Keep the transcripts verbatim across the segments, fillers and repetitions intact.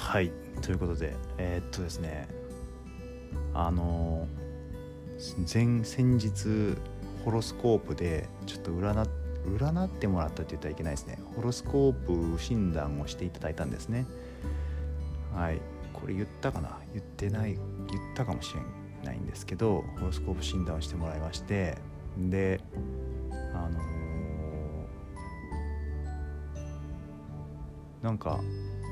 はい、ということでえー、っとですねあの前先日ホロスコープでちょっと占占ってもらったって言ったらいけないですね。ホロスコープ診断をしていただいたんですね。はい、これ言ったかな言ってない言ったかもしれないんですけど、ホロスコープ診断をしてもらいまして、であのー、なんか、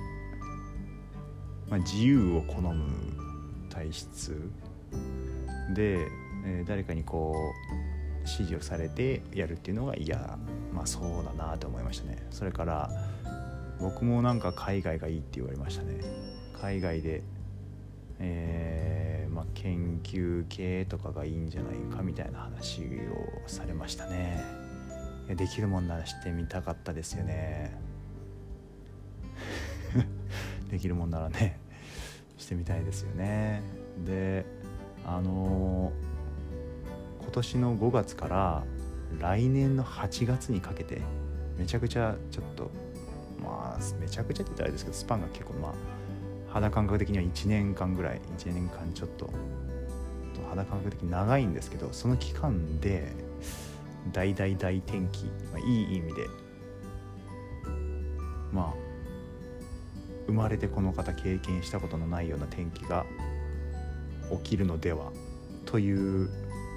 まあ、自由を好む体質で、えー、誰かにこう指示をされてやるっていうのが嫌、まあそうだなと思いましたね。それから僕もなんか海外がいいって言われましたね。海外で、えーまあ、研究系とかがいいんじゃないかみたいな話をされましたね。いやできるもんならしてみたかったですよねできるもんならねしてみたいですよね。であのー、今年のごがつから来年のはちがつにかけてめちゃくちゃちょっとまあめちゃくちゃって言ったらあれですけど、スパンが結構まあ肌感覚的にはいちねんかんぐらいいちねんかんちょっと肌感覚的に長いんですけど、その期間で大大大転機、まあ、いい意味でまあ生まれてこの方経験したことのないような転機が起きるのではという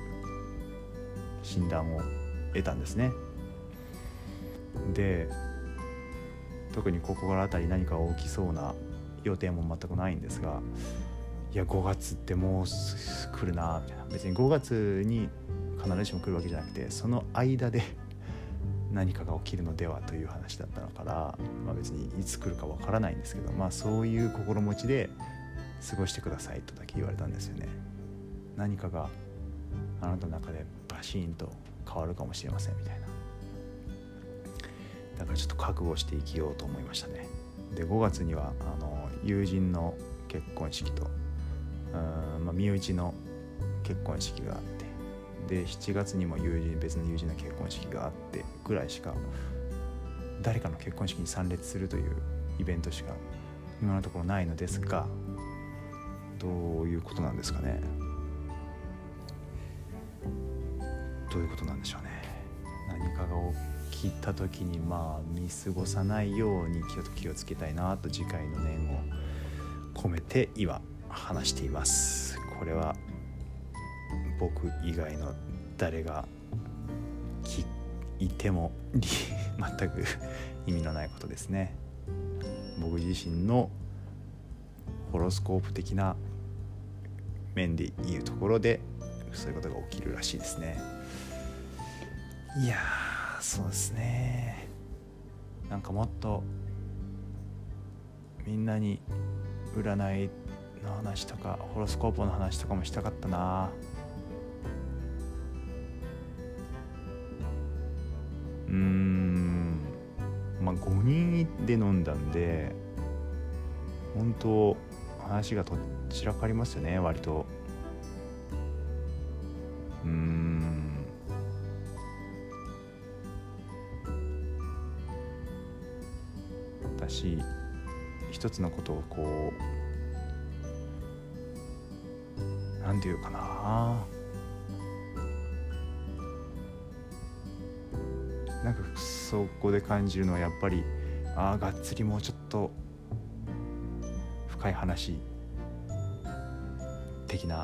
診断を得たんですね。で特に心当たり何か起きそうな予定も全くないんですが、いやごがつってもう来るなみたいな。別にごがつに必ずしも来るわけじゃなくて、その間で何かが起きるのではという話だったのから、まあ、別にいつ来るかわからないんですけど、まあそういう心持ちで過ごしてくださいとだけ言われたんですよね。何かがあなたの中でバシーンと変わるかもしれませんみたいな。だからちょっと覚悟して生きようと思いましたね。でごがつにはあの友人の結婚式と、うん、まあ、身内の結婚式があって、でしちがつにも友人別の友人の結婚式があってぐらいしか、誰かの結婚式に参列するというイベントしか今のところないのですが、どういうことなんですかね。どういうことなんでしょうね。何かが起きた時にまあ見過ごさないように気を気をつけたいなと次回の念を込めて今話しています。これは僕以外の誰が聞いても全く意味のないことですね。僕自身のホロスコープ的な面でいうところでそういうことが起きるらしいですね。いやーそうですね。なんかもっとみんなに占いの話とかホロスコープの話とかもしたかったな。うーんまあごにんで飲んだんで本当話がとっちらかりますよね割と。うーんだし一つのことをこうなんていうかな、なんかそこで感じるのはやっぱりああがっつりもうちょっと深い話的な、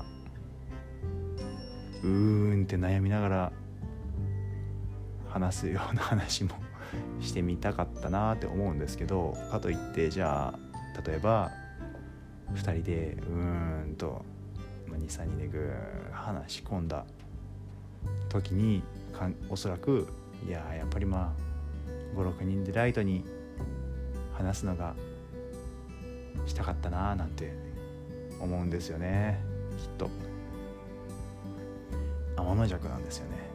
うーんって悩みながら話すような話もしてみたかったなって思うんですけど、かといってじゃあ例えばふたりでうーんとにさんにんでぐー話し込んだ時にかんおそらくいややっぱりまあごろくにんでライトに話すのがしたかったななんて思うんですよね。きっと天の弱なんですよね。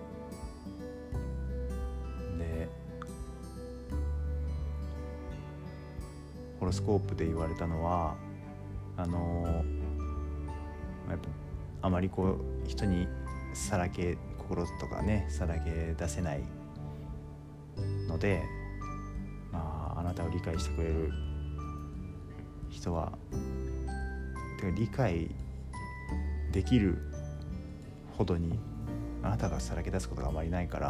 でホロスコープで言われたのはあのやっぱあまりこう人にさらけ心とかねさらけ出せないので、まああなたを理解してくれる人はてか理解できるほどにあなたがさらけ出すことがあまりないから、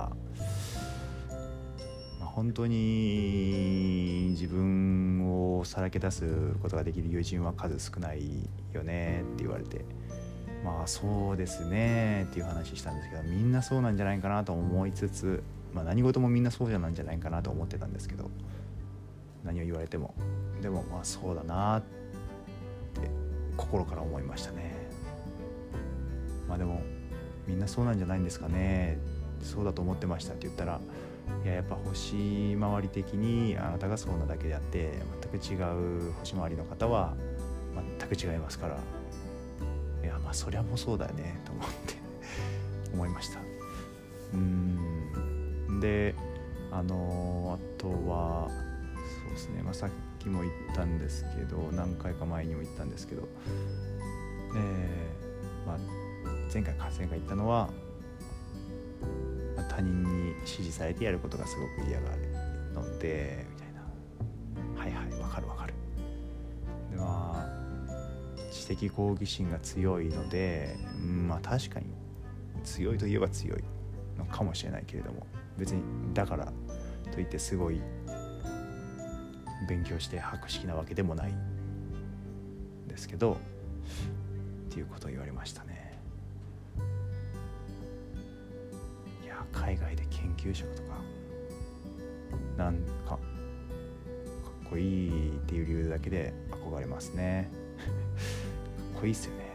まあ、本当に自分をさらけ出すことができる友人は数少ないよねって言われて、まあそうですねっていう話したんですけど、みんなそうなんじゃないかなと思いつつ、まあ、何事もみんなそうじゃなんじゃないかなと思ってたんですけど、何を言われてもでもまあそうだなって心から思いましたね。まあでもみんなそうなんじゃないんですかね、そうだと思ってましたって言ったら、いややっぱ星回り的にあなたがそうなだけであって全く違う星回りの方は全く違いますから、いやまあそりゃもうそうだよねと思って思いました。うーんであのあとはそうですね、まあ、さっきも言ったんですけど何回か前にも言ったんですけど、えーまあ、前回か前回言ったのは、まあ、他人に指示されてやることがすごく嫌がるのでみたいな、はいはいわかるわかる。でまあ知的好奇心が強いので、うん、まあ確かに強いといえば強いのかもしれないけれども、別にだからといってすごい勉強して博識なわけでもないんですけどっていうことを言われましたね。いや海外で研究職とかなんかかっこいいっていう理由だけで憧れますねかっこいいっすよね。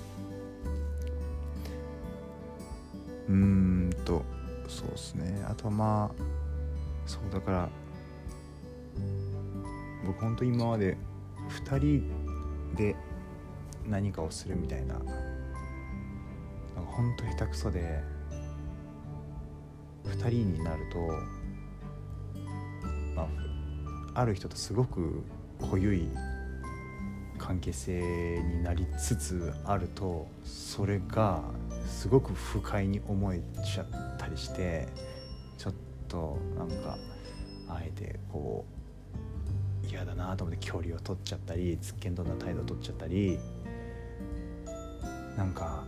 うーんとそうですね、あとはまあそうだから僕本当に今までふたりで何かをするみたいな、なんか本当下手くそでふたりになると、まあ、ある人とすごく濃ゆい関係性になりつつあると、それがすごく不快に思えちゃったりして、ちょっとなんかあえてこう嫌だなと思って距離を取っちゃったり、つっけんどんな態度を取っちゃったり、なんか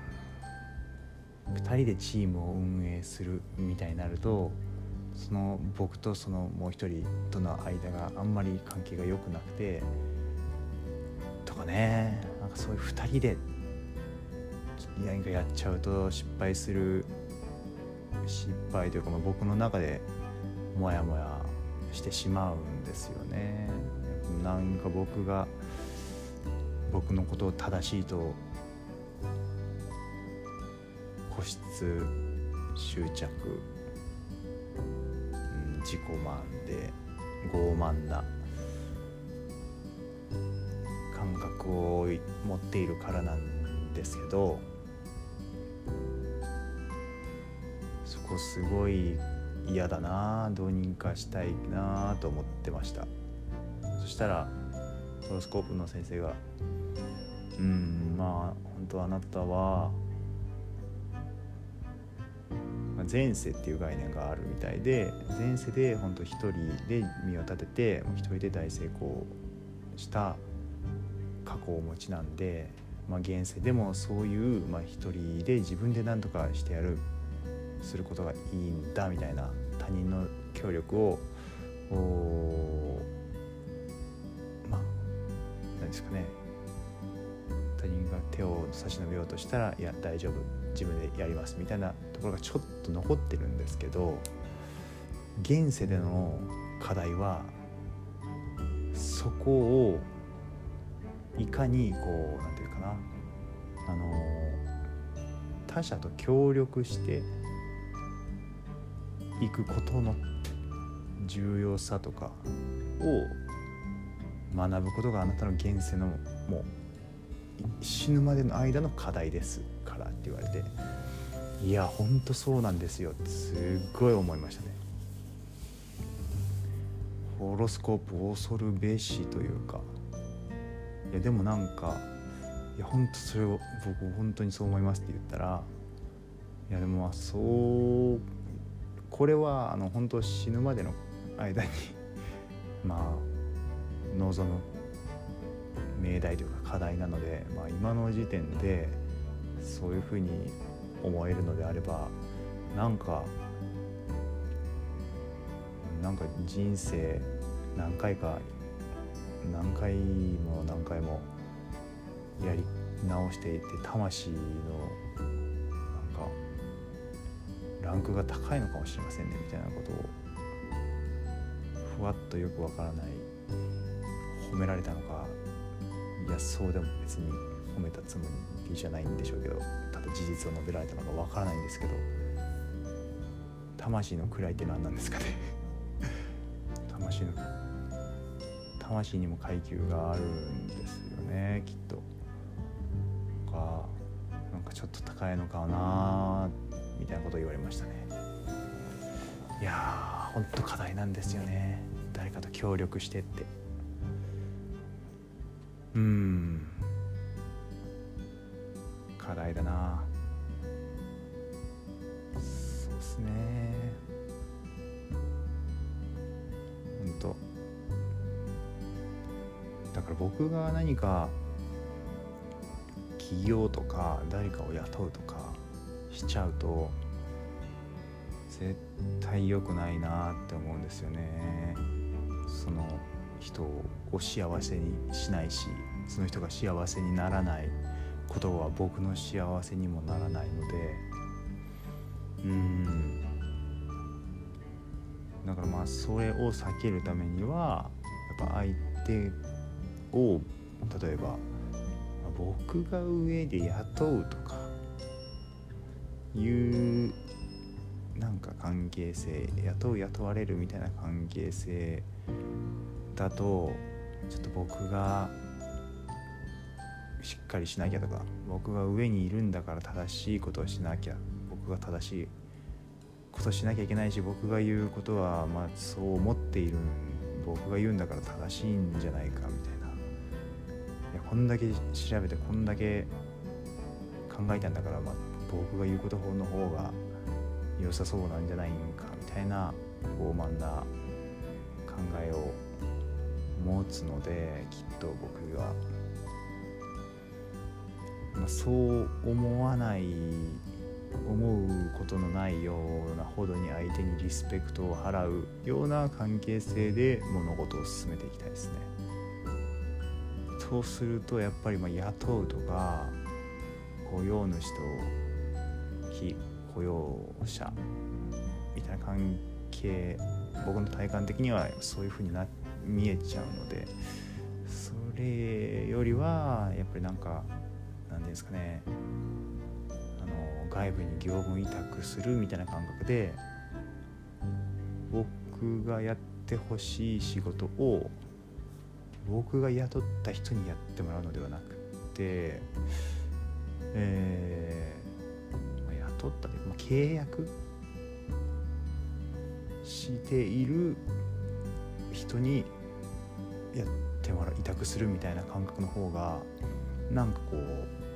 ふたりでチームを運営するみたいになると、その僕とそのもう一人との間があんまり関係が良くなくてとかね、なんかそういうふたりで何かやっちゃうと失敗する失敗というか、まあ、僕の中でモヤモヤしてしまうんですよね。なんか僕が僕のことを正しいと固執執着、うん、自己満で傲慢な感覚を持っているからなんですけど、そこすごい嫌だな、どうにかしたいなと思ってました。そしたらホロスコープの先生がうーんまあ本当あなたは前世っていう概念があるみたいで、前世で本当一人で身を立てて一人で大成功した過去をお持ちなんで、まあ、現世でもそういう、まあ、一人で自分で何とかしてやるすることがいいんだみたいな、他人の協力をまあ何ですかね、他人が手を差し伸べようとしたらいや大丈夫自分でやりますみたいなところがちょっと残ってるんですけど、現世での課題はそこをいかにこうなんていうかな、あの他者と協力していくことの重要さとかを学ぶことがあなたの現世のもう死ぬまでの間の課題ですからって言われて、いやほんとそうなんですよってすっごい思いましたね。ホロスコープ恐るべしというか、いやでもなんかいや本当それを僕本当にそう思いますって言ったら、いやでもまあそうこれはあの本当死ぬまでの間にまあ望む命題というか課題なので、まあ、今の時点でそういうふうに思えるのであれば、なんかなんか人生何回か何回も何回もやり直していて、魂のなんかランクが高いのかもしれませんねみたいなことをふわっとよくわからない、褒められたのか、いやそうでも別に褒めたつもりじゃないんでしょうけど、ただ事実を述べられたのかわからないんですけど、魂の位って何なんですかね魂の魂にも階級があるんですよね、きっと。かなんかちょっと高いのかなみたいなことを言われましたね。いやーほんと課題なんですよね、誰かと協力してって。うーん課題だな。そうですね、ほんとだから僕が何か起業とか誰かを雇うとかしちゃうと絶対良くないなって思うんですよね。その人を幸せにしないし、その人が幸せにならないことは僕の幸せにもならないので、うーんだからまあそれを避けるためにはやっぱ相手を例えば僕が上で雇うとかいうなんか関係性、雇う雇われるみたいな関係性だとちょっと僕がしっかりしなきゃとか、僕が上にいるんだから正しいことをしなきゃ、僕が正しいことをしなきゃいけないし、僕が言うことはまあそう思っている、僕が言うんだから正しいんじゃないかみたいな、いやこんだけ調べてこんだけ考えたんだから、まあ、僕が言うことの方が良さそうなんじゃないかみたいな傲慢な考えを持つので、きっと僕が、まあ、そう思わない思うことのないようなほどに相手にリスペクトを払うような関係性で物事を進めていきたいですね。そうするとやっぱりまあ雇うとか雇用主と非雇用者みたいな関係、僕の体感的にはそういう風にな見えちゃうので、それよりはやっぱりなんかなんですかね、あの外部に業務委託するみたいな感覚で僕がやってほしい仕事を僕が雇った人にやってもらうのではなくて、えー、雇ったというか、まあ、契約している人にやってもらう、委託するみたいな感覚の方がなんかこう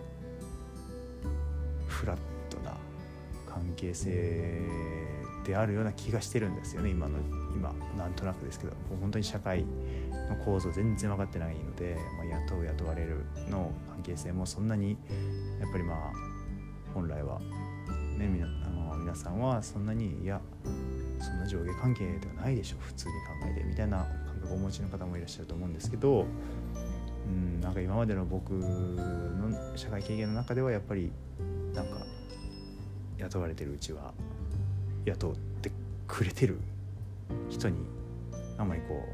フラットな関係性であるような気がしてるんですよね。今の今なんとなくですけど、もう本当に社会の構造全然分かってないので、まあ、雇う雇われるの関係性もそんなにやっぱりまあ本来はね、みなあの皆さんはそんなにいやそんな上下関係ではないでしょ普通に考えてみたいな感覚をお持ちの方もいらっしゃると思うんですけど、うん、なんか今までの僕の社会経験の中ではやっぱりなんか雇われてるうちは雇ってくれてる人にあんまりこ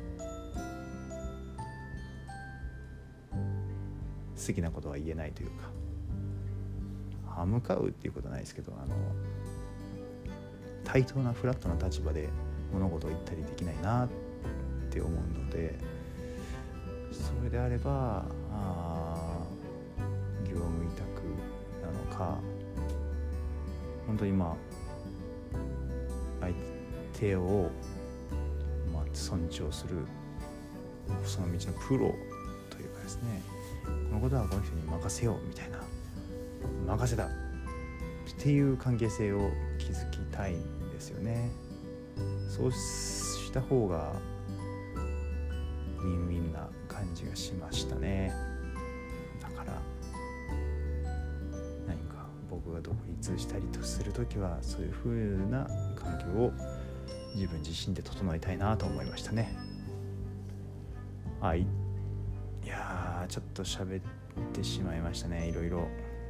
う好きなことは言えないというか、歯向かうっていうことはないですけど、あの対等なフラットな立場で物事を言ったりできないなって思うので、それであればあ業務委託なのか、本当にまあ相手をまあ尊重するその道のプロというかですね、このことはこの人に任せようみたいな、任せたっていう関係性を築きたいんですよね。そうした方がウィンウィンな感感じがしましたね。だから何か僕が独立したりとするときはそういう風な環境を自分自身で整えたいなと思いましたね。はい、いやーちょっと喋ってしまいましたね。いろいろ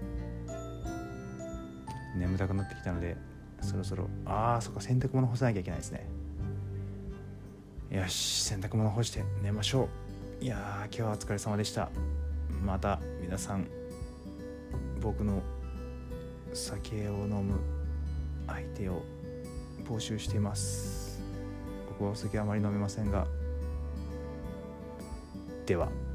眠たくなってきたので、そろそろあーそっか洗濯物干さなきゃいけないですね。よし、洗濯物干して寝ましょう。いやー今日はお疲れ様でした。また皆さん僕の酒を飲む相手を募集しています。僕はお酒あまり飲めませんが、では。